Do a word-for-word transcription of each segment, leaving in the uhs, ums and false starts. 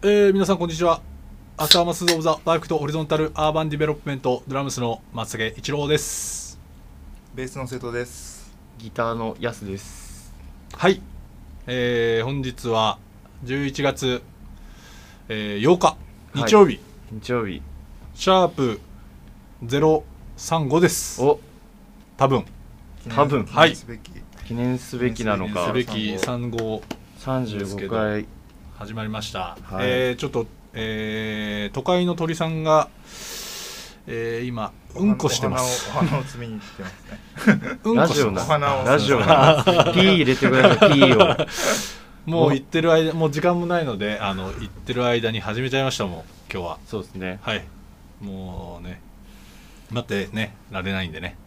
えー、皆さんこんにちは。アスターマスオブザパーフェクトホリゾンタルアーバンディベロップメントドラムスの松竹一郎です。 ベースの瀬戸です。 ギターのヤスです。 はい、えー、本日はじゅういちがつ、えー、ようか日曜日、はい、 日曜日シャープゼロさんごです。 お多分多分はい記念すべきなのか記念すべきさんじゅうごさんじゅうごかい始まりました、 はい。 えー、ちょっと、えー、都会の鳥さんが、えー、今うんこしてます。 お花を摘みに行ってますね。 うんこしてます。 ラジオなピー入れてください。ピーをもう行ってる間もう時間もないので、あの行ってる間に始めちゃいました。もう今日はそうですね。 はい、もうね待ってねられないんでね。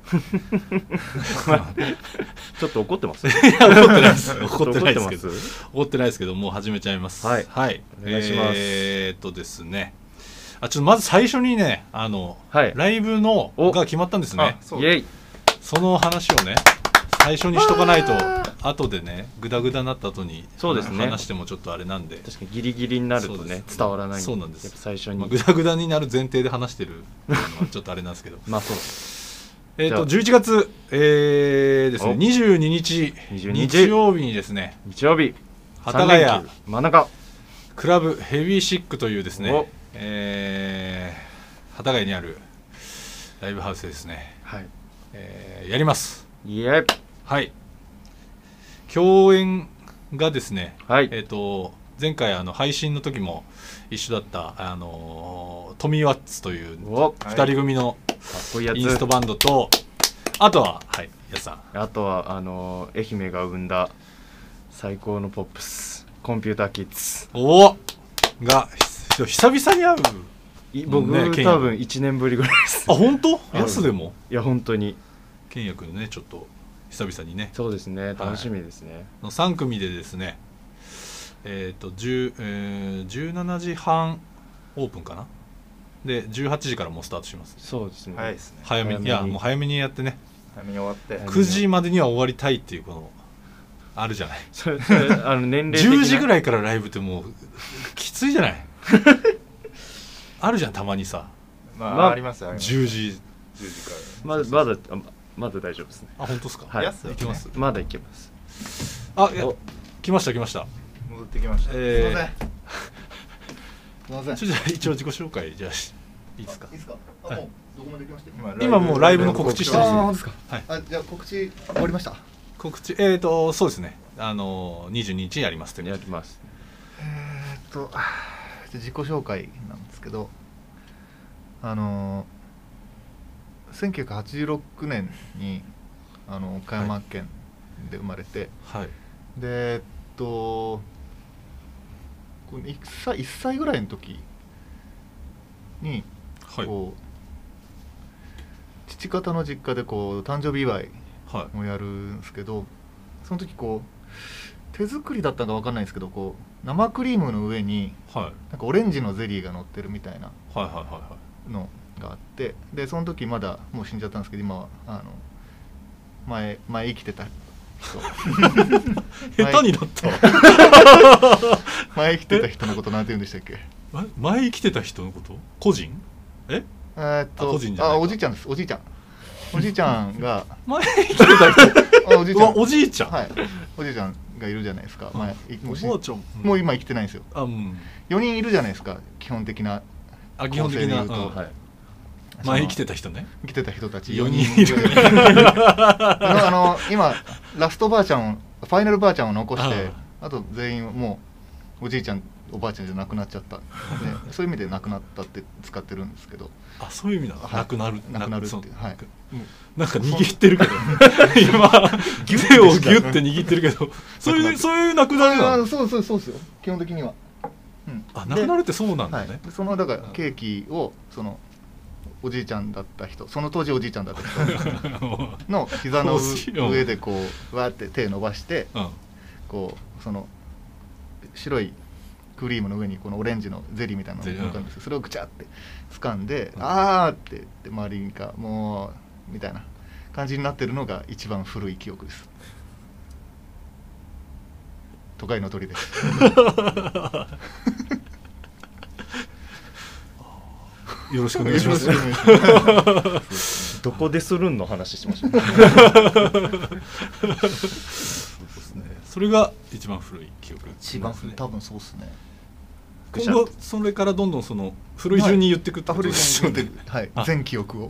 ちょっと怒ってます。 いや怒ってないです。怒ってないですけど怒怒ってないですけどもう始めちゃいます。 はい、 はい、 お願いします。 えー、っとですねあちょっとまず最初にねあの、はい、ライブのが決まったんですね。 イエイ。 その話をね最初にしとかないと後でねグダグダになった後にそうですね話してもちょっとあれなんで、 確かにギリギリになるとね伝わらないんで。 そうなんです。 やっぱ最初に、 まあ、グダグダになる前提で話してるのはちょっとあれなんですけどまあそうえっとじゅういちがつ、えー、ですねにじゅうににち日曜日にですね日曜日幡ヶ谷真ん中クラブヘビーシックというですね、えー、幡ヶ谷にあるライブハウスですね、 はいえー、やります。 イエイ。 はい、共演がですね、 はい、 えー、と前回あの配信の時も一緒だったあのトミー・ワッツというふたり組のインストバンドと、あとははいやさんあとはあの愛媛が生んだ最高のポップスコンピューターキッズおが久々に会う僕、ね、多分いちねんぶりぐらいです。 あ本当？やすでもいや本当に健也くんねちょっと久々にね。 そうですね楽しみですね、はい、 のさん組でですねえっ、ー、と10、えー、じゅうしちじはんオープンかなでじゅうはちじからもうスタートします。 そうですね早いですね。 早めにいやもう早めにやってね早めに終わってくじまでには終わりたいっていうこのあるじゃない。 それそれあの年齢的なじゅうじぐらいからライブってもうきついじゃないあるじゃんたまにさ、 まあ、まあ、ありますよじゅうじじゅうじからまだまだまだ大丈夫ですね。 あ本当ですか。 はい、 いけます。 まだいけます。 あいや来ました来ました戻ってきました。 えー、 すいませんすいません。 ちょじゃあ一応自己紹介じゃあいいですか。 いいですか。あ、はい、もうどこまで来ました。今今もうライブの告知してます。 あ本当ですか。 はい。 あじゃあ告知終わりました。 告知えっ、ー、とそうですねあのにじゅうににちやりますというやります。 えー、っと自己紹介なんですけどあのせんきゅうひゃくはちじゅうろくねんにあの岡山県で生まれて、 はい、 でえっといっさい、いっさいぐらいの時にこう、はい、父方の実家でこう誕生日祝いをやるんですけど、はい、その時こう手作りだったか分かんないんですけどこう生クリームの上に、はい、なんかオレンジのゼリーが乗ってるみたいなのがあって、でその時まだもう死んじゃったんですけど今はあの前前生きてた人下手になった前生きてた人のことなんて言うんでしたっけ。 前生きてた人のこと個人ええー、っと個人じゃないか。 あおじいちゃんです。おじいちゃんおじいちゃんが前生きてた人おじいちゃんおじいちゃんはいおじいちゃんがいるじゃないですか。前もうおばあちゃんもう今生きてないんですよ。 あ、うん、よにんいるじゃないですか基本的なあ基本的な、うんはい、前生きてた人ね生きてた人たちよにんいるあの今ラストばあちゃんファイナルばあちゃんを残してあと全員もうおじいちゃんおばあちゃんじゃなくなっちゃったでそういう意味でなくなったって使ってるんですけど。 あそういう意味なの、はい、なくなるなくなるっていう、はい、 なんか握ってるけど今手をギュッて握ってるけどそういうそういうなくなるなの。 そうそうそうですよ基本的には、 うん、あなくなるってそうなんだね、 はい、そのだからケーキをそのおじいちゃんだった人その当時おじいちゃんだった人の膝の上でこうわーって手伸ばして、うん、こうその白いクリームの上にこのオレンジのゼリーみたいなのが乗ったんですけどそれをぐちゃって掴んで、うん、あーって言って周りがもうみたいな感じになってるのが一番古い記憶です。都会の鳥ですよろしくお願いします。 どこでするんの話しましたね。 そうですね。それが一番古い記憶、ね。 一番古い、多分そうですね。 今後それからどんどんその古い順に言っていくってことですよね。 はい、全記憶を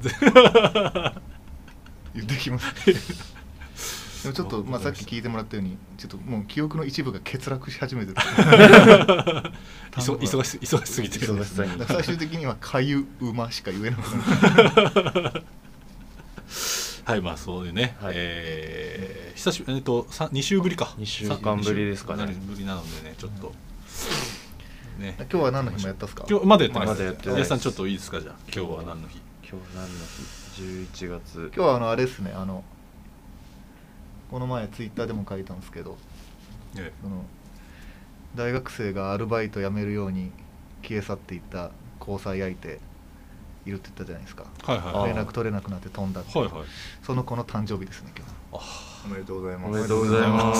言ってきます。でもちょっとまあさっき聞いてもらったようにちょっともう記憶の一部が欠落し始めてる。 忙忙し忙しすぎて忙しさに最終的にはかゆ馬しか言えなくなる。 はい、まあそういうね、はい、えー、久しぶりえっとに週ぶりかにしゅうかんぶりですかね。 ぶりなのでねちょっと、 ね、今日は何の日もやったっすか。 今日まだやってます。 まだやってない。 皆さんちょっといいですか。じゃあ今日は何の日。 今日何の日。じゅういちがつ。 今日はあのあれですね、あのこの前ツイッターでも書いたんですけど、ええ、その大学生がアルバイト辞めるように消え去っていった交際相手いるって言ったじゃないですか。 はいはい、 連絡取れなくなって飛んだって、はいはい、その子の誕生日ですね今日。あ、 おめでとうございます。 おめでとうございます。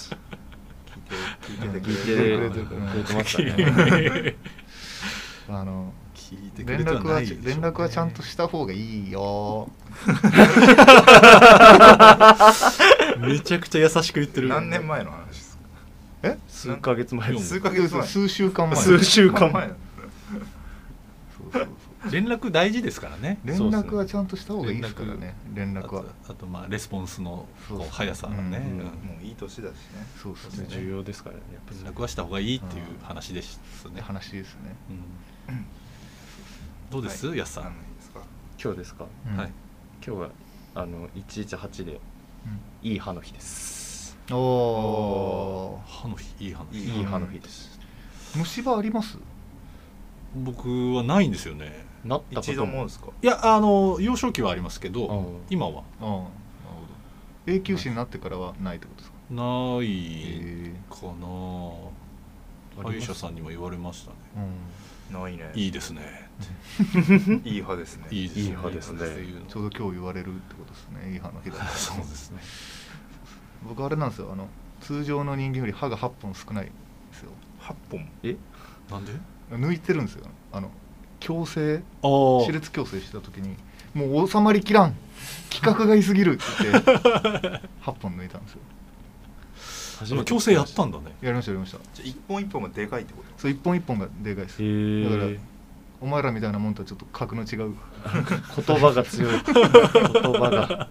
聞いてて聞いてくれてましたね。 あの聞いてくれてはないでしょうね。 連絡はちゃんとした方がいいよ。 めちゃくちゃ優しく言ってる。 何年前の話ですか。 え？ 数ヶ月前。 数ヶ月前。 数週間前。 数週間前。 そうそうそう。 連絡大事ですからね。 連絡はちゃんとした方がいいですからね。連絡は。 あとまあレスポンスの速さがね。 もういい年だしね。 そうですね。重要ですからね。 連絡はした方がいいっていう話ですね。 話ですね。 どうです、やすさん。 今日ですか。 はい。 今日はあのいちいちはちでいい歯の日です。 おお。 歯の日、いい歯の日。 いい歯の日です。 虫歯あります？ 僕はないんですよね。 なったこと一度もですか。 いや、あの幼少期はありますけど、今は。 ああ、なるほど。永久歯になってからはないってことですか。 ないかな。歯医者さんにも言われましたね。 ないね。 いいですね。 いい歯ですね。 いい歯ですね。 ちょうど今日言われるってことですね。いい歯の日だ。 そうですね。 僕あれなんですよ。あの通常の人間より歯がはっぽん少ないんですよ。 はっぽん？ え？なんで？ 抜いてるんですよ。あの矯正、歯列矯正した時にもう収まりきらん、規格がいすぎるって言ってはっぽん抜いたんですよ。 矯正やったんだね。 やりましたやりました。 じゃあ一本一本がでかいってこと？ そう、一本一本がでかいです。だからお前らみたいなもんとはちょっと格の違う言葉が強い。言葉が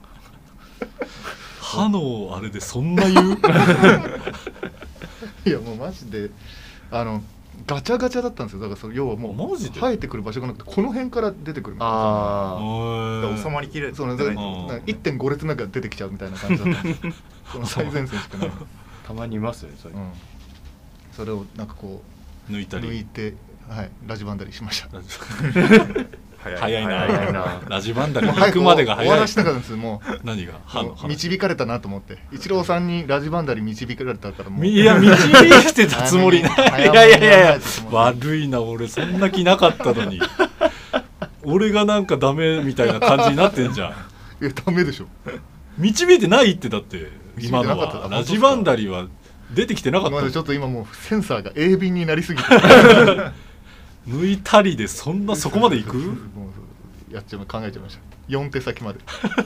歯のあれでそんな言う？ いやもうマジであのガチャガチャだったんですよ。だからその要はもう生えてくる場所がなくてこの辺から出てくるみたいな。 ああ。収まりきれその いってんご 列なんか出てきちゃうみたいな感じだったんですよ。その最前線しかない。 たまにいますよねそれ。 うん、それをなんかこう抜いたり抜いて、はい、ラジバンダリしました。 早いな。ラジバンダリ行くまでが早い。 終わらしたかったんです。もう何が導かれたなと思って、イチローさんにラジバンダリ導かれたからもう。 いや導いてたつもりない。いやいやいやいや悪いな、俺そんな気なかったのに。俺がなんかダメみたいな感じになってんじゃん。 いやダメでしょ。 導いてないって。だって今のはラジバンダリは出てきてなかった。 ちょっと今もうセンサーが鋭敏になりすぎて抜いたりでそんなそこまでいく？もうやっちゃう考えちゃいました。よん手先まで。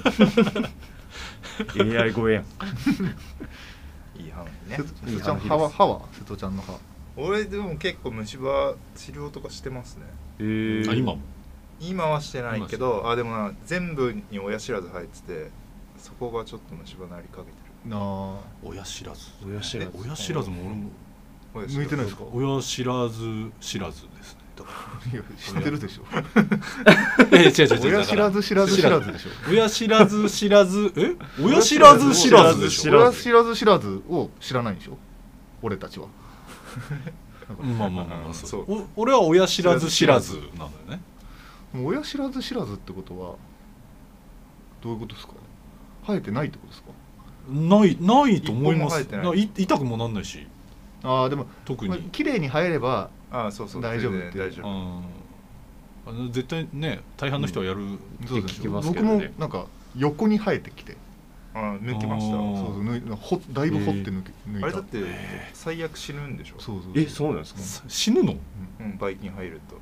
エーアイ 超えやん。 いい歯ね。 瀬戸ちゃん歯は歯は瀬戸ちゃんの歯。 俺でも結構虫歯治療とかしてますね。 えー、あ今も？ 今はしてないけど、あでもな全部に親知らず生えてて、そこがちょっと虫歯なりかけてる。 なあ。 親知らず。 親知らず。 親知らずも俺も抜いてないですか？ 親知らず知らずですね。 いや知ってるでしょ。 え違う違う違う。 親知らず知らず知らずでしょ。 親知らず知らずえ？親知らず知らずでしょ。 親知らず知らずを知らないでしょ。俺たちは。 まあまあまあまあそう。俺は親知らず知らずなんだよね。 もう親知らず知らずってことはどういうことですか？生えてないってことですか？ ないないと思います。痛くもなんないし。 ああでも特に綺麗に生えればああそうそう大丈夫って大丈夫。 あの絶対ね大半の人はやるって聞きますけどね。僕もなんか横に生えてきて。 あ抜きました。 そうそう抜いほだいぶ掘って抜け抜いた。 あれだって最悪死ぬんでしょ。 そうそう。 えそうなんですか？ 死ぬの？ うんばい菌入ると。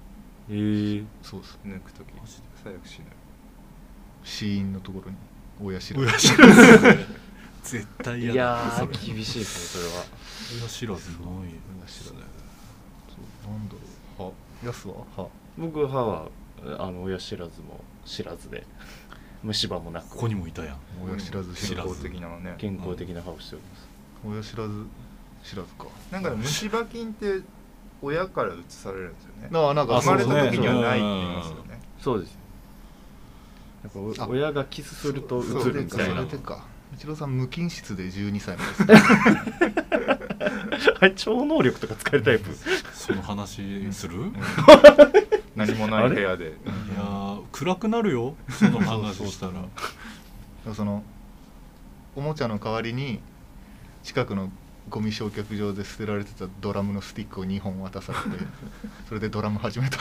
えー、 そうです。 抜くとき最悪しない死因のところに親知ら親ず。 知らず絶対い嫌だやそれー厳しいですねそれは。 親知らずない親知らず。そうなんだろう。は、やすはは。 僕歯はあの親知らずも知らずで虫歯もなくここにもいたやん親知らず知らず。 健康的なのね。 健康的な歯をしております。 親知らず知らずか。 なんか虫歯菌って親から移されるんですよね。 なあ、なんかあ生まれたそうですね時にはないって言いますよね。 そうです。やっぱ親がキスするとそう移るみたいな。 それでか。一郎さん無菌室でじゅうにさいまでですね。 あれ超能力とか使えるタイプ。 その話する、い何もない部屋で。 やー暗くなるよその話したらそのおもちゃの代わりに近くのゴミ焼却場で捨てられてたドラムのスティックをにほん渡されてそれでドラム始めた。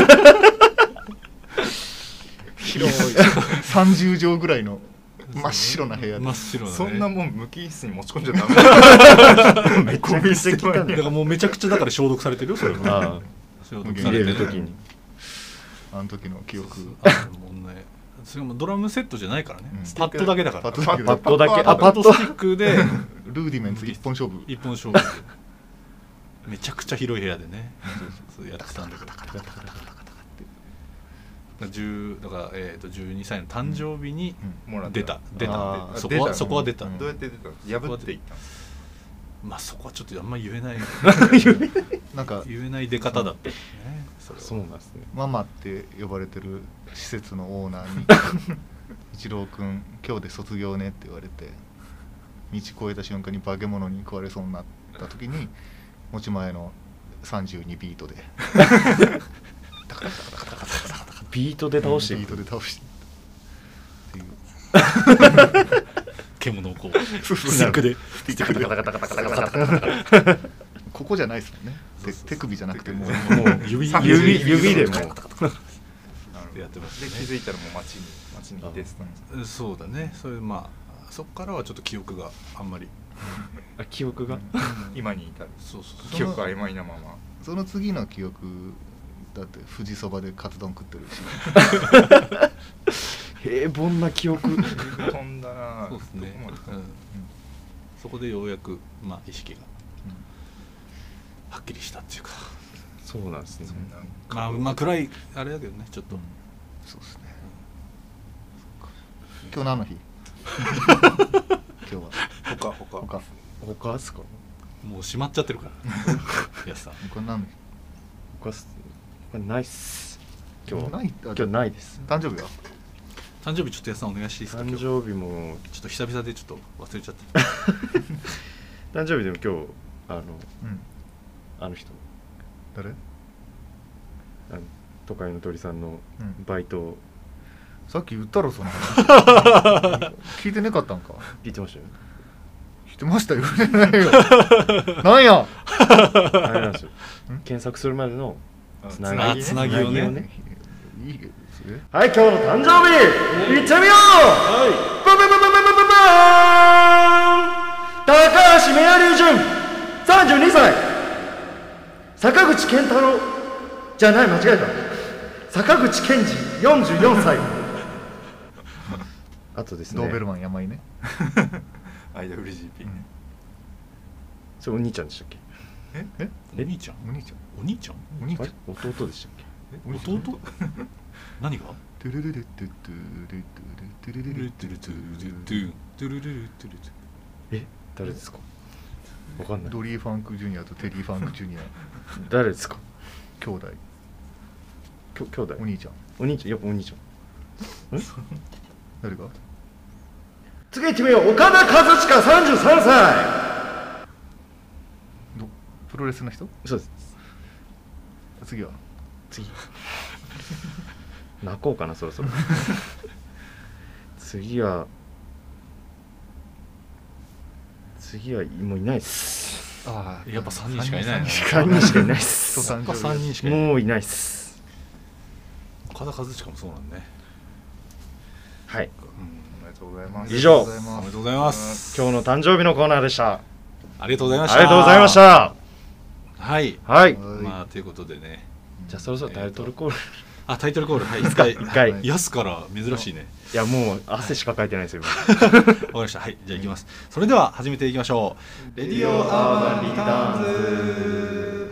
広いさんじゅうじょうぐらいの真っ白な部屋で真っ白なねそんなもん無菌室に持ち込んじゃダメ。 めちゃくちゃ汚い。 だからもうめちゃくちゃだから消毒されてるよそれもあ消毒あ入れされてるる時に。 あの時の記憶。 あもうねそれもドラムセットじゃないからね、 うんパッドだけだからパッドだけパッドだけ。 パあパッドッドスティックでルーディメンツ一本勝負。 一本勝負でめちゃくちゃ広い部屋でねそうそうやってたんだけどじゅうだから、えー、とじゅうにさいの誕生日にもらった出た、出たあーそこは出たそこは出た、 うんどうやって出たの？破っていったんですか？ まあそこはちょっとあんま言えないなんか言えない出方だったよねそれはそうなんですね。 ママって呼ばれてる施設のオーナーに一郎くん今日で卒業ねって言われて道越えた瞬間に化け物に食われそうになった時に持ち前のさんじゅうにビートでビートで倒していビーく。 トで倒してっていう獣をこうスティックでスティックでカタカタカタカタカタカタ。 ここじゃないですもんね。手手首じゃなくてもうもう指指指でもう。 なるほどやってましたでね気づいたらもう街に街に出てたんです。 そうだねそれまあそこからはちょっと記憶があんまりあ記憶が。 今に至るそうそうそう記憶曖昧なまま。 その次の記憶だって富士そばでカツ丼食ってるし平凡な記憶。 飛んだな。 そうですねどこまでかうんそこでようやくまあ意識がはっきりしたっていうかそうなんですね。 そんなまあまあ暗いあれだけどねちょっとそうですね。今日何の日？今日は他他他他っすか。 もう閉まっちゃってるからやすさん他何の日？ 他っす。他ないっす。今日ない今日ないです。 誕生日は？ 誕生日ちょっとやすさんお願いしていいですか今日誕生日もちょっと久々でちょっと忘れちゃって誕生日でも今日あのうん。 あの人誰？ あの都会の鳥さんのうんバイトをさっき言ったろその話。聞いてなかったんか？ 聞いてましたよ。 聞いてましたよ。言われないよ。なんや？ あれなんですよん。 検索するまでのあつなぎつなぎをねいいけどえはい、今日の誕生日いってみよう。はい。ババババババババーン。高橋メアリー純さんじゅうにさい。坂口健太郎じゃない間違えた。坂口健二よんじゅうよんさい。あとですね。 ドーベルマン山井ね。 アイダブリュージーピー。 それお兄ちゃんでしたっけ？ え？ お兄ちゃんお兄ちゃん。 お兄ちゃんあれお兄ちゃん。 弟でしたっけ？ 弟何がトゥルルルトゥトゥルトゥルトゥルルルトゥルトゥルトゥルルルトゥルトゥえ、誰ですか？わかんない。 ドリー・ファンク・ジュニアとテリー・ファンク・ジュニア誰ですか？ 兄弟。 きょ兄弟。 お兄ちゃん。 お兄ちゃん、やっぱお兄ちゃん。 誰が？ 次行ってみよう。岡田和親さんじゅうさんさどプロレスの人？ い。そうです。 次は？ 次。泣こうかなそろそろ。次は次はもういないです。 あやっぱさんにんしかいないのさんにんしかいないです。 人誕生日さんにんしかいないもういないです。 岡田和親もそうなんねはい。 おめでとうございます。 以上ありがとうございますおめでとうございます今日の誕生日のコーナーでした。 ありがとうございましたありがとうございました。 はいはい。 はいまあということでねじゃあそろそろタイトルコール、 あタイトルコールはいいつかはい、 やすから珍しいね。 いやもう汗しかかいてないですよ。 わかりました。はい、じゃあいきます。それでは始めていきましょう。レディオアーバンリターンズ。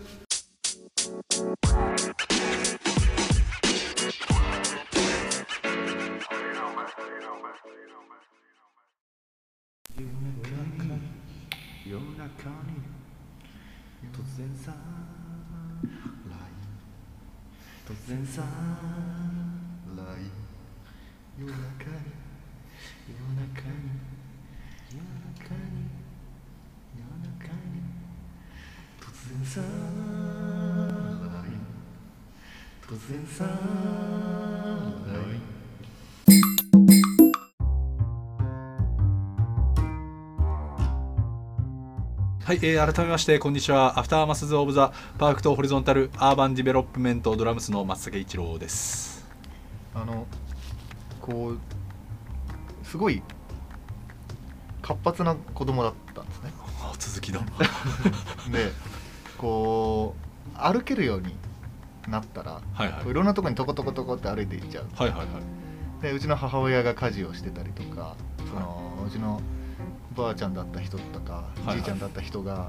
夜中に突然さ突然さ夜中に夜中に夜中に夜中に突然さ突然さはい、えー、改めましてこんにちは。アフターマスズオブザパークとホリゾンタルアーバンディベロップメントドラムスの松竹一郎です。 あのこうすごい活発な子供だったんですね。 あ、続きだ。 でこう歩けるようになったら、 はいはい、 いろんなところにトコトコトコって歩いていっちゃう。 はいはいはい。 でうちの母親が家事をしてたりとか、その、はい、うちのばあちゃんだった人とか、はいはい、じいちゃんだった人が、はい、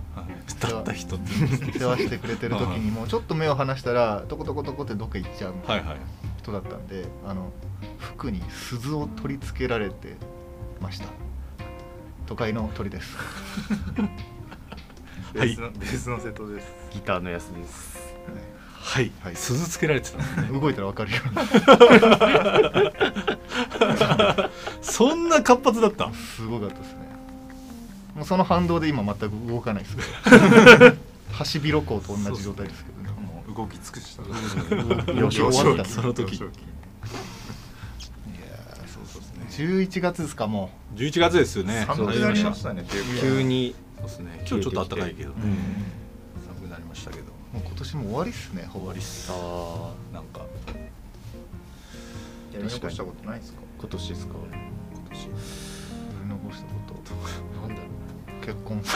だった人って世話してくれてる時にもうちょっと目を離したらトコトコトコってどっか行っちゃう人だったんで、はいはい、あの服に鈴を取り付けられてました。都会の鳥です。 ベースの、ベースの瀬戸です。 ギターのやすです。 はい、はい、鈴つけられてたんですね。 動いたらわかるよ。 そんな活発だった。 すごかったですね。もうその反動で今全く動かないですけど。ハシビロコウと同じ状態ですけどね。 もう動き尽くした。 幼少期終わったその時。 じゅういちがつですか。もうじゅういちがつですよね。 寒くなりましたね。 急にそうですね。今日ちょっと暖かいけど、うん、寒くなりましたけど、 もう今年も終わりっすね。 終わりっす。ああ、なんかやり残したことないですか。 今年ですか。 今年やり残したことなんだろう。結婚。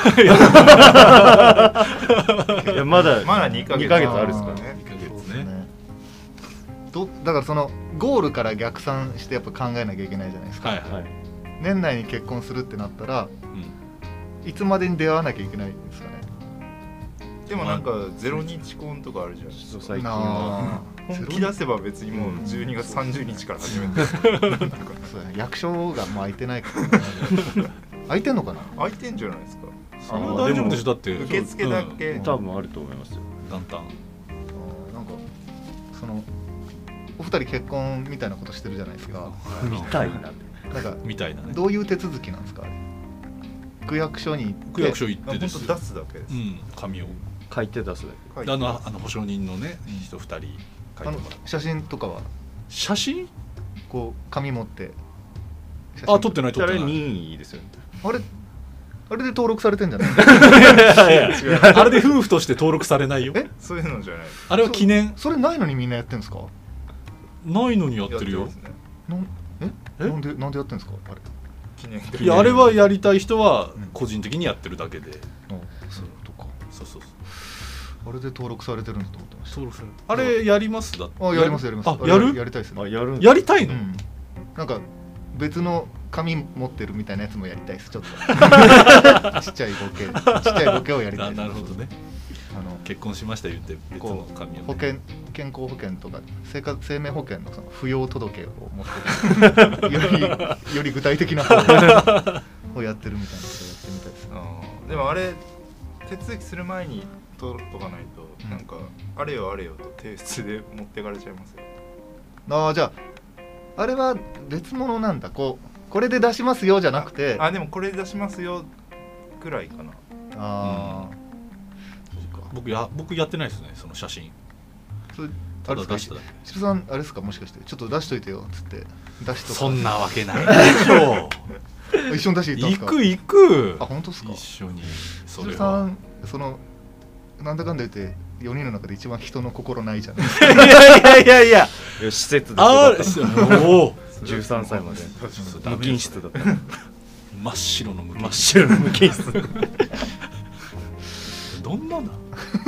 いやまだまだにかげつあるですからね。 にかげつね。 どだからそのゴールから逆算してやっぱ考えなきゃいけないじゃないですか。 はいはい、 年内に結婚するってなったら、うん、いつまでに出会わなきゃいけないんですかね。 でもなんかゼロ日婚とかあるじゃないですか。 最近は本気出せば別にもうじゅうにがつさんじゅうにちから始めて、 そうだね、役所がもう空いてないからね。空いてんのかな。 空いてんじゃないですか。 あの大丈夫でしょ。だって受付だけ、 うん、多分あると思いますよ。 元旦。 なんかそのお二人結婚みたいなことしてるじゃないですか。 みたいな。 なんかみたいなね。 どういう手続きなんですか。区役所に行って。 区役所行ってです。 本当出すだけです。 うん、紙を書いて出すだけ。 あのあの保証人のね、人ふたり書いてもらう。 写真とかは。写真？ こう紙持って。 あ、撮ってない撮ってない。 あれ任意ですよね。 あれあれで登録されてんじゃない？ あれで夫婦として登録されないよ。 え？ そういうのじゃない。 あれは記念。 それないのにみんなやってんですか？ ないのにやってるよ。 なんえ？なんでなんでやってんですか？あれ。 記念。 いや、あれはやりたい人は個人的にやってるだけで。 あ、そうとか。 そうそうそう。 あれで登録されてるんだと思ってました。 登録される。あれやりますだって。 あ、やりますやります。 あ、やる？ やりたいですね。 あ、やる。 やりたいの？ なんか別の紙持ってるみたいなやつもやりたいです。ちょっとちっちゃいボケ、ちっちゃいボケをやりたい。 なるほどね。 あの結婚しました言って別の紙を、ね、 保険健康保険とか生活生命保険のその扶養届を持ってるよりより具体的な方をやってるみたいなことをやってみたいです。 あでもあれ手続きする前に取っとかないと、うん、なんかあれよあれよと提出で持ってかれちゃいますよ。 ああ、じゃああれは別物なんだ。こうこれで出しますよじゃなくて、 あ, あでもこれで出しますよくらいかな。 ああ、うん、 僕や僕やってないですね、その写真。 それただ出しただけ。 しろさんあれですか、もしかしてちょっと出しといてよっつって出しとか。 そんなわけないでしょ。 一緒に出していったんですか。 行く行く。 あ、本当ですか。 一緒に。 しろさんそのなんだかんだ言ってよにんの中で一番人の心ないじゃないですか。 いやいやいやいや。 施設であおじゅうさんさいまで無菌室だった。 真っ白の無菌真っ白の無菌室。 どんなだ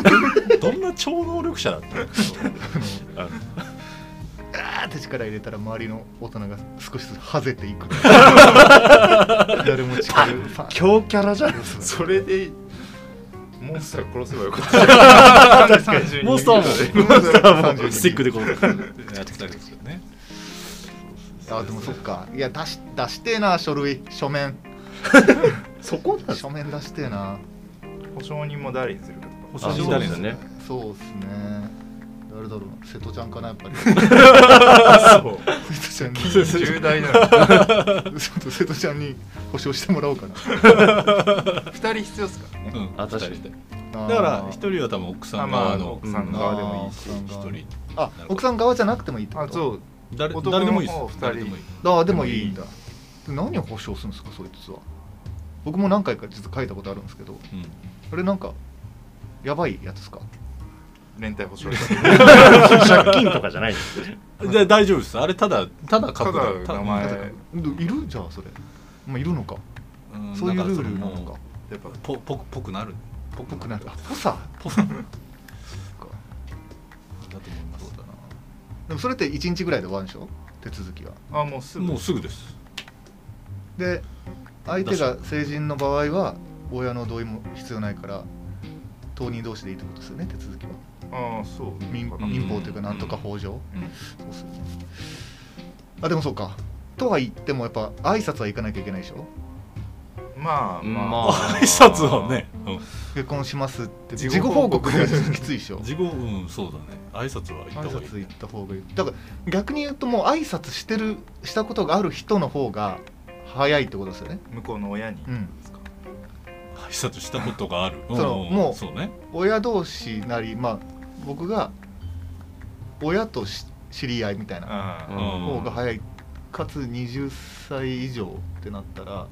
どんな超能力者だったのあーって力入れたら周りの大人が少しずつはぜていく誰も力入れない強キャラじゃん。 それでモンスター殺せばよかった確かにモンスターもモンスターもスティックでこうやってたんですよね。 あでもそっかいや出し出してえな書類書面そこだ書面出してえな保証人も誰にするか保証人誰ですね。 そうっすね誰だろう瀬戸ちゃんかなやっぱりそう瀬戸ちゃんに重大なちょっと瀬戸ちゃんに保証してもらおうかなふたり必要ですからね。 うんあ確かに二人でだから一人は多分奥さあまあん側の奥さん側でもいいし、 一人あ奥さん側じゃなくてもいいってことあそう誰男誰でもいいですの方二人誰でもいいあでもいいんだ何を保証するんですかそいつは僕も何回か実は書いたことあるんですけどうんあれなんかやばいやつですか連帯保証借金とかじゃないんですよ。 で大丈夫ですあれただただ書くだただ名前いるじゃあそれまあいるのかうんそういうルールなのかんかそもうやっぱぽぽぽくなるぽぽくなるあぽさぽさだとか思いますそうだなでもそれっていちにちぐらいで終わるんでしょ手続きはあもうすぐもうすぐですで相手が成人の場合は親の同意も必要ないから当人同士でいいってことですよね手続きはああそう民かな民法というかなんとか法上、 うんそうっすよねあでもそうかとは言ってもやっぱ挨拶は行かなきゃいけないでしょまあまあ、 まあ挨拶はね、うん結婚しますって事事後後報告報告がきついでしょ事後うんそうだね挨拶は言った挨方がいい拶行った方がいいだから逆に言うともう挨拶してるしたことがある人の方が早いってことですよね向こうの親にうんですか、 挨拶したことがあるそのんんもうそうね親同士なりまあ僕が親とし知り合いみたいなああうん方が早いかつはたち以上ってなったら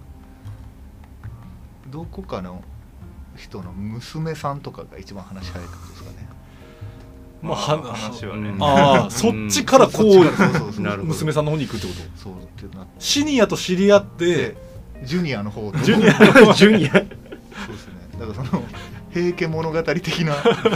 どこかの人の娘さんとかが一番話早いってことですかねまあは話はね、 うんああそっちからこそっちからそうそうそうなるほど娘さんの方に行くってことそうってなってシニアと知り合ってジュニアの方とジュニアジュニアそうですねだからその平家物語的ないやでも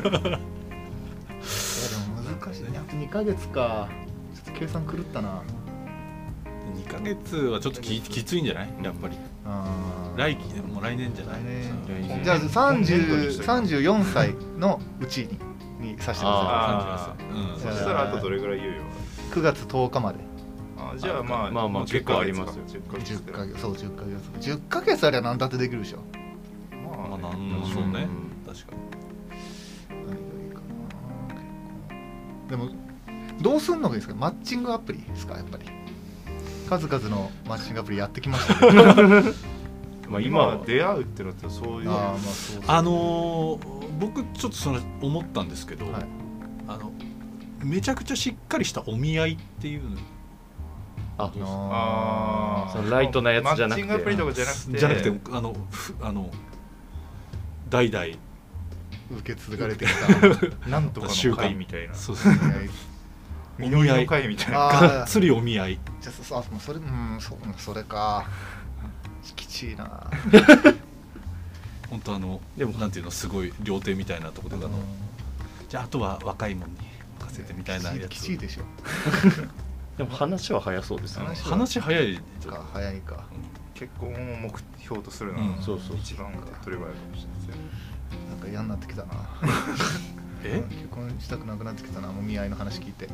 難しいねあとにかげつかちょっと計算狂ったなにかげつはちょっとききついんじゃないやっぱりあー来期でも来年じゃない来年うんじゃあ今年度にしときますさんじゅうよんさいのうちににさせてくださあうんそしたらあとどれぐらい猶予いくがつとおかまであじゃあまあまあまあ結構ありますよじゅっかげつじゅっかげつそうじゅっかげつじゅっかげつありゃ何だってできるでしょまあまあなんでしょうね確か何がいいかなでもどうすんのがいいですかマッチングアプリですかやっぱり数々のマッチングアプリやってきましたけどまあ今今はは出会うってのってそういうあーまあそうそうにあのー僕ちょっとその思ったんですけどはいあのめちゃくちゃしっかりしたお見合いっていうあああそのライトなやつじゃなくてマッチングアプリとかじゃなくてじゃなくてあのふあの代々 ー受け継がれてきたなんとかの習慣会みたいなそうですね実りの会みたいなあがっつりお見合いじゃあそあもうそれうんそうそれかきちいな本当あのでもなんていうのすごい料亭みたいなところであのうんじゃああとは若いもんに任せてみたいなやつきちいでしょでも話は早そうですね。 話話早いか早いか結婚を目標とするのうんがそうそう一番手っ取り早いかもしれないですよねなんか嫌になってきたなえ結婚したくなくなってきたなもみ合いの話聞いて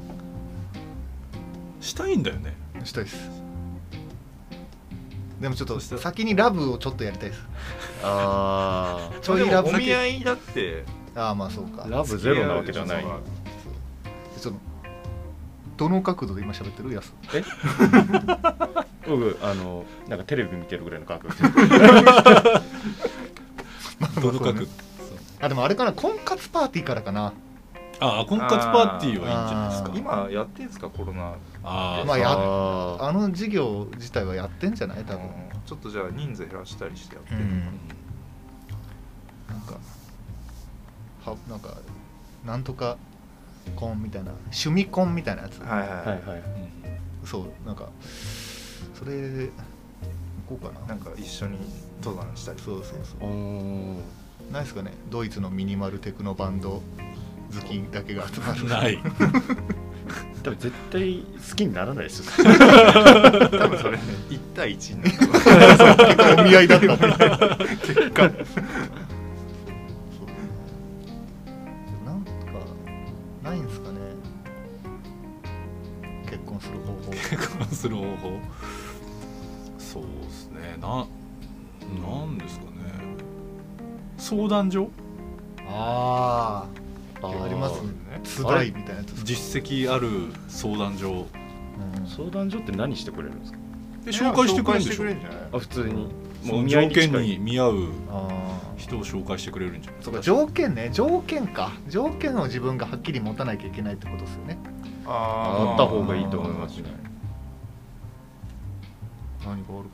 したいんだよねしたいですでもちょっとそしたら先にラブをちょっとやりたいですあちょいラブでもお先見合いだってああまあそうかあ、ラブゼロなわけじゃない。 そうちょっとどの角度で今喋ってるやすえ僕あのなんかテレビ見てるぐらいの感覚。 どの角あでもあれかな婚活パーティーからかなああ婚活パーティーはいいんじゃないですかあー今やってんすかコロナああまあやああの事業自体はやってんじゃない多分うんちょっとじゃあ人数減らしたりしてやってる、 うんなんかはなんかなんとか婚みたいな趣味婚みたいなやつ、 はいはい、 はいはい。 そうなんかそれ行こうかななんか一緒に登山したりそうそうそうおーないですかね、ドイツのミニマルテクノバンド好きだけが集まる。 ない多分絶対好きにならないですよ。 多分それねいち対いちになる結果お見合いだった結果なんかないんですかね、結婚する方法。 結婚する方法、そうですね、ななんですかね、相談所、 あああありますね、つらいみたいなやつ。 実績ある相談所、 うん、 相談所って何してくれるんですか？ で紹介してくれるんでしょ。 あ、普通にもう条件に見合う人を紹介してくれるんじゃない。 そうか、条件ね、条件か、条件を自分がはっきり持たなきゃいけないってことですよね。 あった方がいいと思いますね。 何があるかな、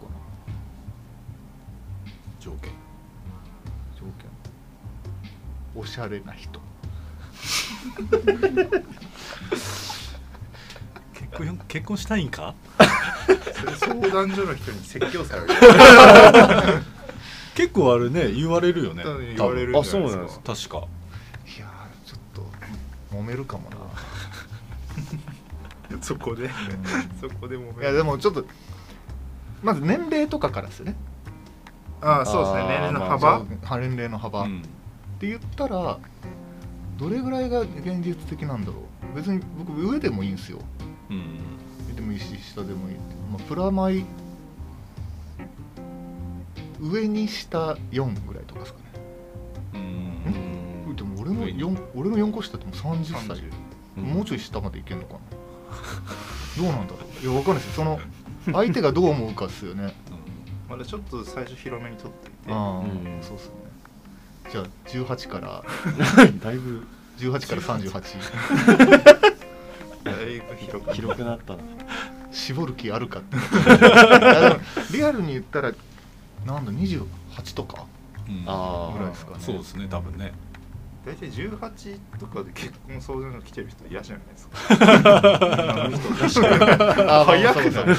条件、 条件、おしゃれな人。 結婚結婚したいんか。 相談所の人に説教される結構あれね、言われるよね。 言われるんじゃないですか。 あ、そうなんです確か。 いやー、ちょっと揉めるかもなそこで、うん、そこで揉める。 いやでもちょっとまず年齢とかからですよね。 ああ、そうですね、年齢の幅、 まあ、年齢の幅、うん、って言ったらどれぐらいが現実的なんだろう。別に僕上でもいいんですよ、うん、上でもいいし下でもいい、まあ、プラマイ上に下よんぐらいとかですかね。うん、でも俺のよん、俺のよんこ下ってもうさんじゅっさい、うん、もうちょい下までいけんのかなどうなんだろう。いや、わかんないですよ、その相手がどう思うかですよね、うん、 まだちょっと最初広めに取っていて、 ああ、うん、そうですね。じゃあじゅうはちからだいぶじゅうはちからさんじゅうはちだいぶ広く広くなったな。 絞る気あるかってリアルに言ったらなんだにじゅうはちとか、うん、あぐらいですかね。 そうですね、多分ね。 大体じゅうはちとかで結婚相談が来てる人嫌じゃないですか。 あ、早くない。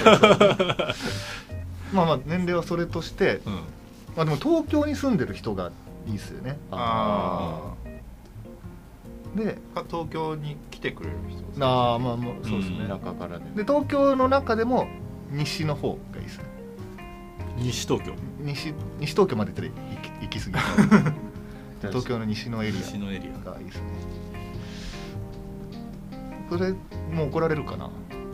まあまあ年齢はそれとして、うん、まあでも東京に住んでる人がいいですよね。ああ。で、 東京に来てくれる人。 ああ、まあもうそうですね。 うん、中からで。 で、東京の中でも西の方がいいですね。 西東京。 西西東京まで行ったら行き過ぎ。東京の西のエリア西のエリアがいいですね。それもう怒られるかな。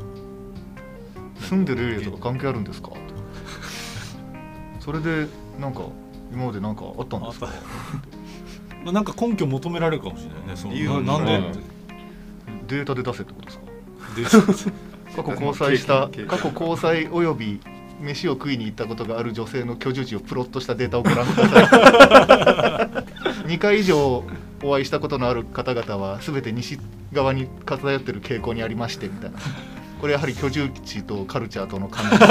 住んでるエリアとか関係あるんですか。それでなんか今までなんかあったんですか。 まあなんか根拠求められるかもしれないね。その理由なんでってデータで出せってことですか。過去交際した過去交際および飯を食いに行ったことがある女性の居住地をプロットしたデータをご覧ください。にかい以上お会いしたことのある方々は全て西側に偏ってる傾向にありましてみたいな。これやはり居住地とカルチャーとの関係。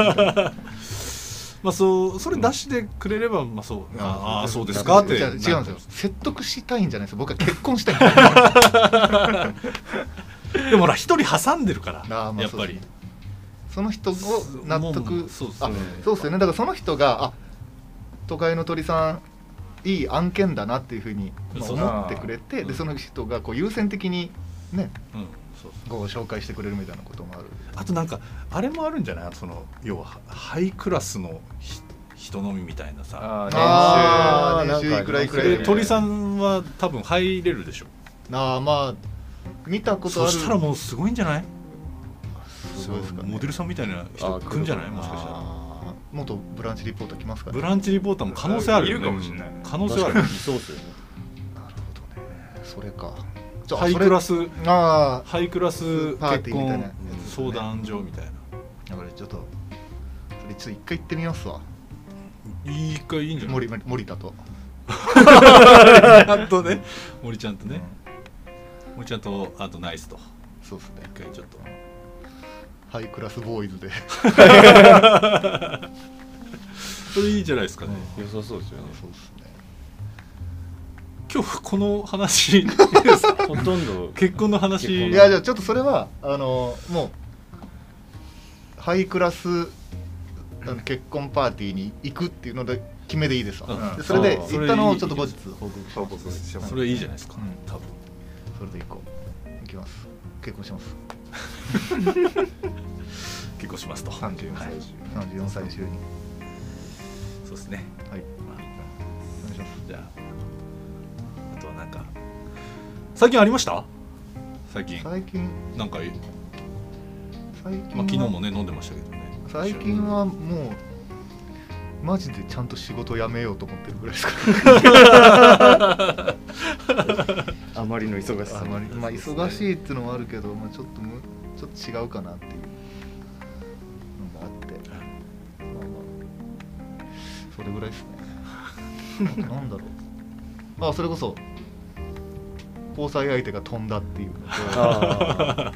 まあそうそれ出してくれれば、まあそう、うん、ああそうですかって。 違うんですよ。説得したいんじゃないですよ。僕は結婚したいんでもほら一人挟んでるから、まあ、やっぱりその人を納得、そうですね。そうですよね。だからその人があ都会の鳥さんいい案件だなっていうふうに思ってくれて、でその人がこう優先的にね、うん、そうそうご紹介してくれるみたいなこともある。 あとなんかあれもあるんじゃない？その要はハイクラスの人飲みみたいなさ。 ああ年収いくらいくらい。 鳥さんは多分入れるでしょ。 ああまあ見たことある。 そしたらもうすごいんじゃない？ すごいですかね。 モデルさんみたいな人来るんじゃない？もしかしたら。 元ブランチリポーター来ますかね。 ブランチリポーターも可能性あるよね。 いるかもしれない。 可能性ある。 そうですよね。 なるほどね。それか。 ハイクラスあハイクラス結婚相談所みたいな。 だからちょっとそれちょっと一回行ってみますわ。 いい一回いいんじゃない？ 森森田と。 ちゃんとね。森ちゃんとね。森ちゃんとあとナイスと。 そうですね。 一回ちょっと。 ハイクラスボーイズでそれいいじゃないですかね。 良さそうですよね。 そうですね。 今日この話ほとんど結婚の話。 いやじゃあちょっとそれはあのもうハイクラス結婚パーティーに行くっていうので決めでいいですわ、 うんでそれであー行ったのをちょっと後日報告し報ます告してます。 それいいじゃないですか、 うん多分それで行こう行きます結婚します結婚しますとさんじゅうよんさい中。 さんじゅうよんさい中にそうですね。 はいまあお願いしますじゃああとはなんか最近ありました？最近最近なんか、 最近は、 まあ、昨日もね飲んでましたけどね。 最近はもうマジでちゃんと仕事辞めようと思ってるぐらいですかあまりの忙しさあまりまあ忙しいっていうのもあるけど、まあ、ちょっとむちょっと違うかなっていうのがあってまあまあそれぐらいですねなんだろうあそれこそ交際相手が飛んだっていうのとあ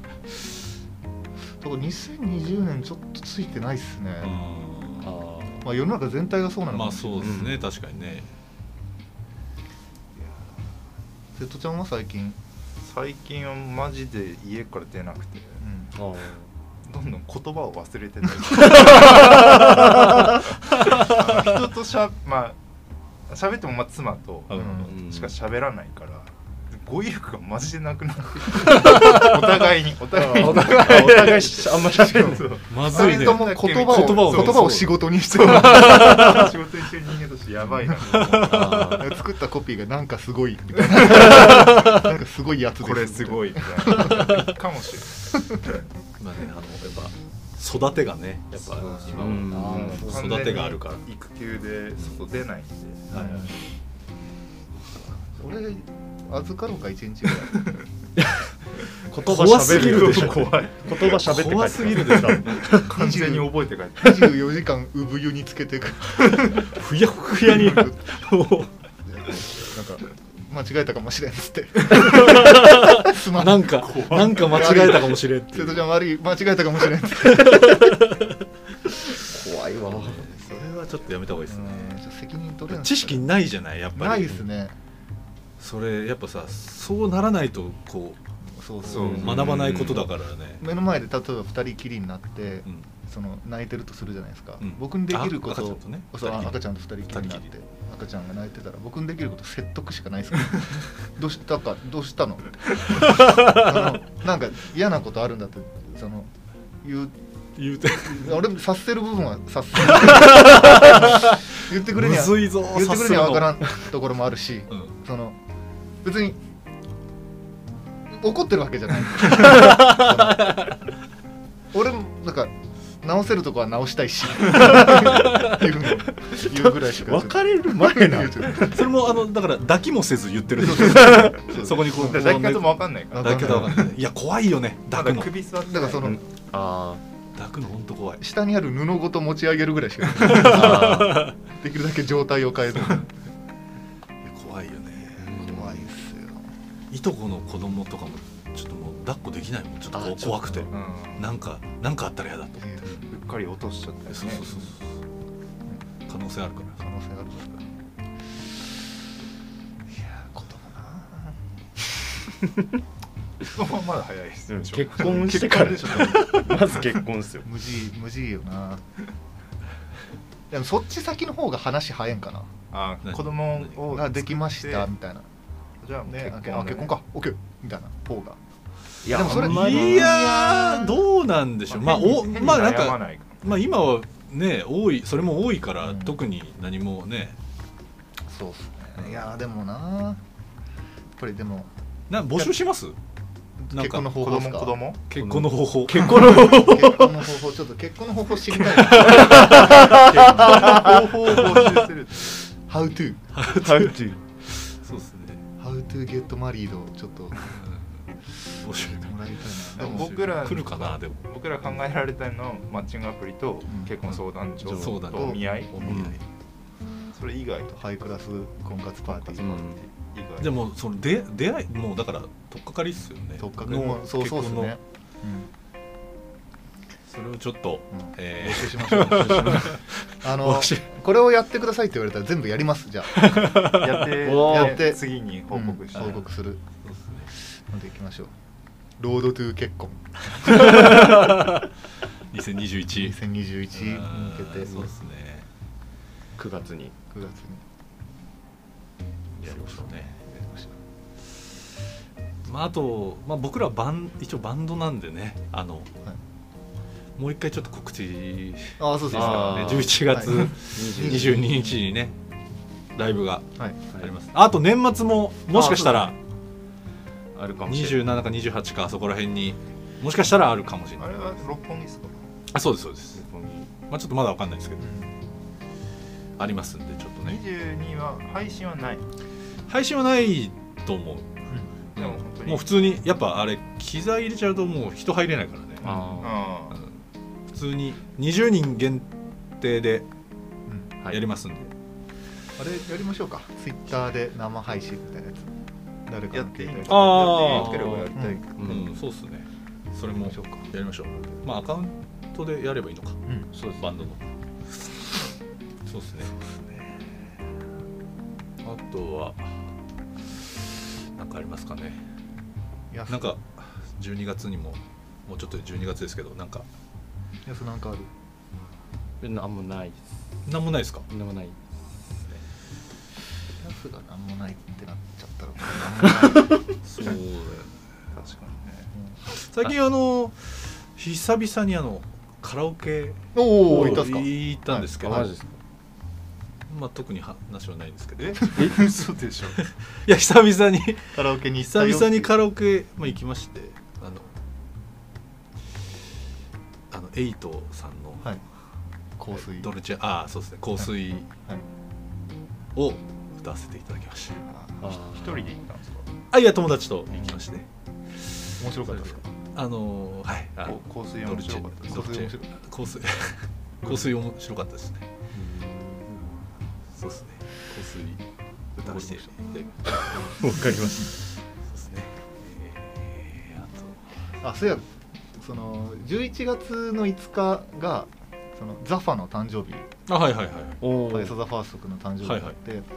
とにせんにじゅうねんちょっとついてないっすね、 うんあまあ世の中全体がそうなのかまあもしれないそうですね、 うん確かにね。 瀬戸ちゃんは最近、 最近はマジで家から出なくて、 うんあどんどん言葉を忘れてたり人としゃまあ喋ってもまあ妻とうんしか喋らないから語彙力がマジでなくなってお互いにお互いにお互いお互いしあんまり喋んないそうまずいね。 二人とも言葉を言葉を言葉を仕事にしてる仕事にしてる人間としてやばいなと思ってあ作ったコピーがなんかすごいみたいななんかすごいやつですこれすごいいみたいなかもしれないまあね、あのやっぱ育てがね、やっぱ今はうんうん育てがあるから。 完全に育休で外出ないんで、 はいはい俺預かろうか一日ぐらい言葉怖すぎるでしょ。 怖い言葉喋って帰って怖すぎるでしょ。 完全に覚えて帰ってにじゅうよじかん産湯につけてくふやふやに。 なんか間違えたかもしれんっつってすまんなんかなんか間違えたかもしれんっていう。 瀬戸ちゃん悪い間違えたかもしれんっつって怖いわそれはちょっとやめた方がいいですね。 うんちょっと責任取れない知識ないじゃないやっぱり。 ないですねそれやっぱさ、そうならないとこそうそそうう学ばないことだからね。 目の前で例えばふたりきりになって、 うんその泣いてるとするじゃないですか、 うん僕にできるこあ赤ちゃとんとねそう二人きり赤ちゃんとふたりきりになって二人きり赤ちゃんが泣いてたら僕にできること説得しかないですからどうしたかどうしたのってそのなんか嫌なことあるんだってその言う言うて俺も察せる部分は察せる言ってくれにはむずいぞ言ってくれには分からん。 んところもあるしうんその別に怒ってるわけじゃない俺もなんか直せるとこは直したいし言うの言うぐらいしか別れる前なそれもあのだから抱きもせず言ってる。そこにこう抱き方も分かんないから抱き方わかんない。いや怖いよね。 まだ抱くの首座ってだからその、 うんあ抱くの本当怖い。 下にある布ごと持ち上げるぐらいしかあできるだけ状態を変えずいや怖いよね。 怖いっすよいとこの子供とかもちょっともう抱っこできないもん。ちょっとこあう怖くてうんなんかなんかあったら嫌だと。 うっかり落としちゃったりねそうそうそうそう。可能性あるから。 可能性あるんですかいやー子供なそこはまだ早いですよ、 うん結婚してからでしょまず結婚ですよ無事無事よなでもそっち先の方が話早いんかなあ子供をあできました作ってみたいなじゃあもうね結婚あ結婚か OK みたいな方がいやでもそれあんまりいやーどうなんでしょう。まあお変にまあなんか悩まないまあ今はね多いそれも多いから、 うん特に何もねそうっすねいやーでもなやっぱりでもな募集します。なんか結婚の方子法ですか供子供結婚の方法。 結婚の結婚の方法ちょっと結婚の方法知りたいな方法を募集する How to How to そうですね。 How to get married をちょっと募集もらいたいなでも僕ら来るかなでも。 僕ら考えられたのはマッチングアプリとん結婚相談所相談とお見合いお見合い。 それ以外ハイクラス婚活パーティー、 うん以外でもその出出会いもうだから取っかかりっすよね。 とっかかりものそうそうです結婚のね、 それをちょっと、 うんえ募集しましょう募集しましょうあの募集これをやってくださいって言われたら全部やりますじゃあやっておーやって次に報告して、 うん報告するーそうですね。 のでいきましょうロードトゥー結婚にせんにじゅういち。 にせんにじゅういちに向けてそうですね。 くがつにくがつにやりましょうね。やりましょう。まああと、まあ、僕らバン一応バンドなんでね、あの、はい、もう一回ちょっと告知ああそうですね。 じゅういちがつにじゅうににちにねライブがあります。あと年末ももしかしたらあるかもしれない。 にじゅうななかにじゅうはちかそこら辺にもしかしたらあるかもしれない。 あれは六本木ですか？ あ、そうですそうです。まあちょっとまだわかんないですけど、うん、ありますんでちょっとね。 にじゅうには配信はない。 配信はないと思う。うん、でも本当にもう普通にやっぱあれ機材入れちゃうともう人入れないからね。ああ、うん、普通ににじゅうにん限定でやりますんで。 あれやりましょうか。ツイッターで生配信みたいなやつ。誰かやっていいの？ ああ、 やっていいければやりたい。 うん、うん、そうっすね。それもやりましょう。まあアカウントでやればいいのか。うん、そうです。バンドの。そうっすね。あとはなんかありますかね。なんかじゅうにがつにももうちょっとじゅうにがつですけどなんか。 やすなんかある？ なんもないです。 なんもないですか？ なんもない。 ヤスがなんもないってなっちゃったらなんもない。 そうだよ。確かにね。 うん、 最近あの久々にあのカラオケおお行ったんですけど、 はい、マジですか？ まあ特に話はないんですけど。 え？嘘でしょ。 いや久々にカラオケに行ったよ。 久々にカラオケまあ行きまして、あのあのエイトさんの、 はい、香水ドルチェああそうですね香水を歌わせていただきました。 はいはい、一人で行ったんですか？ あいや友達と行きまして。 面白かったですか？ あのー、はいあ香水面白かったです。 ドルチェ香水香水面白かったですね。そうですね香水歌わせていただきました。 わかりました。そうですね。えー、あとあそういやそのじゅういちがつのいつかがそのザファの誕生日。 あはいはいはい。 おお。エサザファースト君の誕生日があって、はいはい、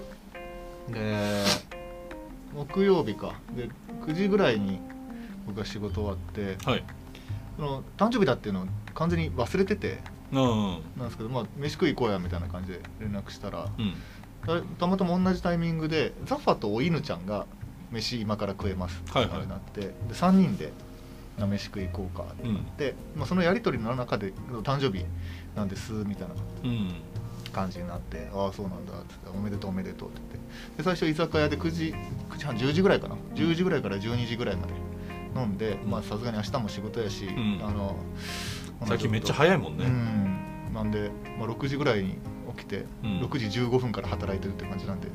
で木曜日かでくじぐらいに僕は仕事終わって、はい、その誕生日だっていうのを完全に忘れてて、うん、なんですけど、まあ、飯食い行こうやみたいな感じで連絡したら、うん、た, たまたま同じタイミングでザファとお犬ちゃんが飯今から食えますって感じになって、はいはい、でさんにんで飯食い行こうかってなって、うんまあ、そのやり取りの中で誕生日なんですみたいな感じになって、うん、ああそうなんだっておめでとうおめでとうって言ってで最初居酒屋でくじ、くじはんじゅうじぐらいかなじゅうじぐらいからじゅうにじぐらいまで飲んでさすがに明日も仕事やし、うん、あの最近めっちゃ早いもんね、 うん、なんで、まあ、ろくじぐらいに起きて、うん、ろくじじゅうごふんから働いてるって感じなんで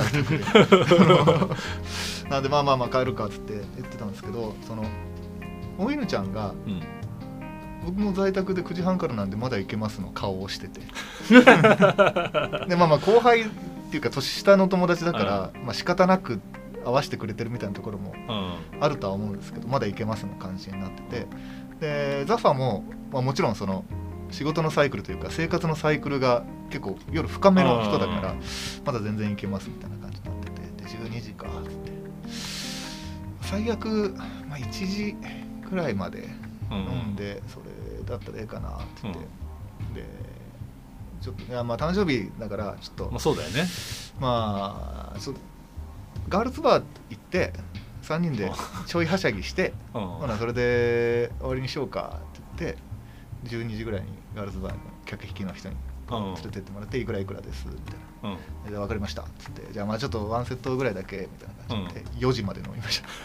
なんでまあまあまあ帰るかっつって言ってたんですけどそのお犬ちゃんが、うん、僕も在宅でくじはんからなんでまだ行けますの顔をしててでまあまあ後輩っていうか年下の友達だから、うんまあ、仕方なく合わせてくれてるみたいなところもあるとは思うんですけど、まだいけますの感じになっててでザファも、まあ、もちろんその仕事のサイクルというか生活のサイクルが結構夜深めの人だからまだ全然いけますみたいな感じになっててでじゅうにじかって最悪、まあ、いちじくらいまで飲んでそれだったらええかなって言って、うん、でちょっといやまあ誕生日だからちょっとまあそうだよねまあそガールズバー行ってさんにんでちょいはしゃぎしてほなそれで終わりにしようかって言ってじゅうにじぐらいにガールズバーの客引きの人に連れてってもらっていくらいくらですみたいな、うん、で分かりましたっつってじゃあまあちょっとワンセットぐらいだけみたいな感じでよじまで飲みました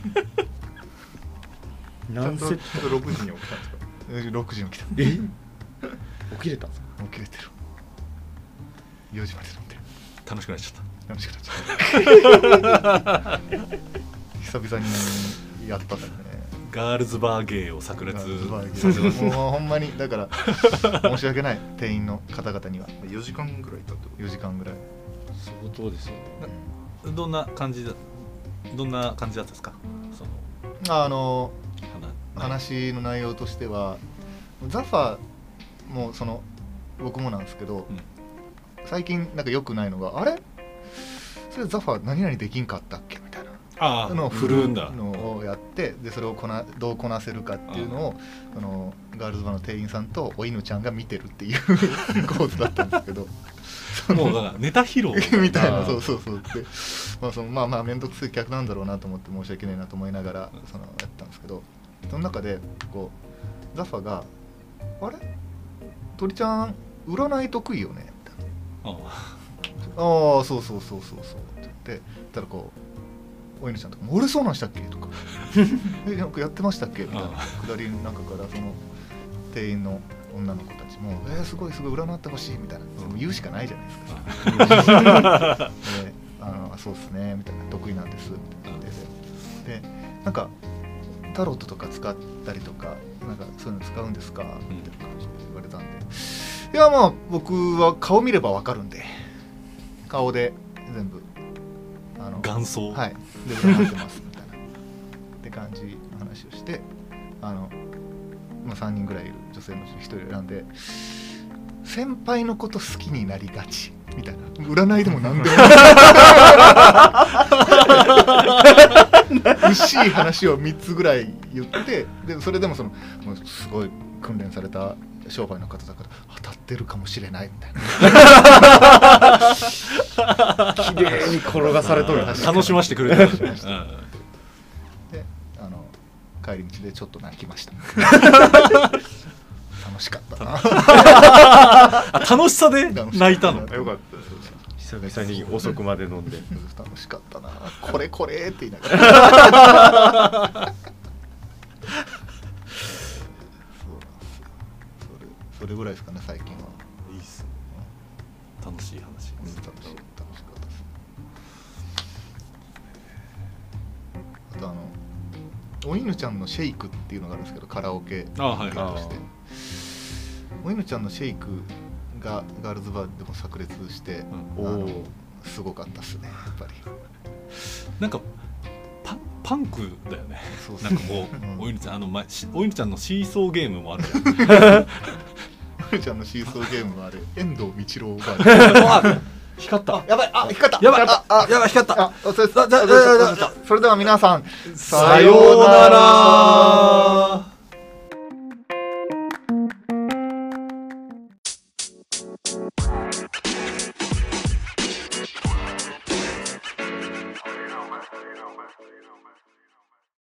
何セットろくじに起きたんですかろくじに起きたえ起きれたんですか起きれてるよじまで飲んで楽しくなっちゃった楽しくなっちゃった久々にやったんだねガールズバー芸を炸裂もうほんまにだから申し訳ない店員の方々にはよじかんぐらいいたってことよじかんぐらい相当ですよね、 うん、どんな感じだどんな感じだったですかそのあの話の内容としてはザファもその僕もなんですけど、うん、最近なんか良くないのがあれそれザファ何々できんかったっけみたいなあのを振るんだのをやってでそれをこなどうこなせるかっていうのをそのガールズバーの店員さんとお犬ちゃんが見てるっていう構図だったんですけどもうだからネタ披露みたいな、そうそうそうで、まあそのまあまあ面倒くさい客なんだろうなと思って申し訳ないなと思いながらそのやったんですけど、その中でこうザッファがあれ鳥ちゃん占い得意よねみたいな、ああそうそうそうそうそうって言ってたらこうお犬ちゃんとか俺そうなんしたっけとかえなんかやってましたっけみたいなくだりの中からその店員の女の子たちもえー、すごいすごい占ってほしいみたいな、うん、言うしかないじゃないですかであのそうっすねみたいな得意なんですみたいなででなんかタロットとか使ったりとかなんかそういうの使うんですかみたいな感じで言われたんで、いやまあ僕は顔見ればわかるんで顔で全部あの元祖はいで占ってますみたいなって感じの話をしてあの、まあ、さんにんぐらいいる女性のうちのひとりを選んで先輩のこと好きになりがちみたいな占いでも何でも薄い話をみっつぐらい言ってでそれでもそのもうすごい訓練された商売の方だから当たってるかもしれないみたいな綺麗に転がされとる楽しませてくれる、うん、であの帰り道でちょっと泣きました楽しかったな楽しさで泣いたのよかった久々に遅くまで飲んで楽しかったなこれこれって言いながらそれぐらいですかね最近は。 いいっすね。楽しい話です。 楽しい楽しかったです。あとあのお犬ちゃんのシェイクっていうのがあるんですけどカラオケとして、 はい、 お犬ちゃんのシェイクがガールズバーでも炸裂して、うん、あのすごかったですねやっぱり。 なんかパンパンクだよね。そうそうなんかこう、うん、お犬ちゃんあの前お犬ちゃんのシーソーゲームもあるじゃん。 お犬ちゃんのシーソーゲームはあれ遠藤道郎が光った。 やばいあ光ったやばいああやばい光った。 あそれそれでは皆さんさようなら。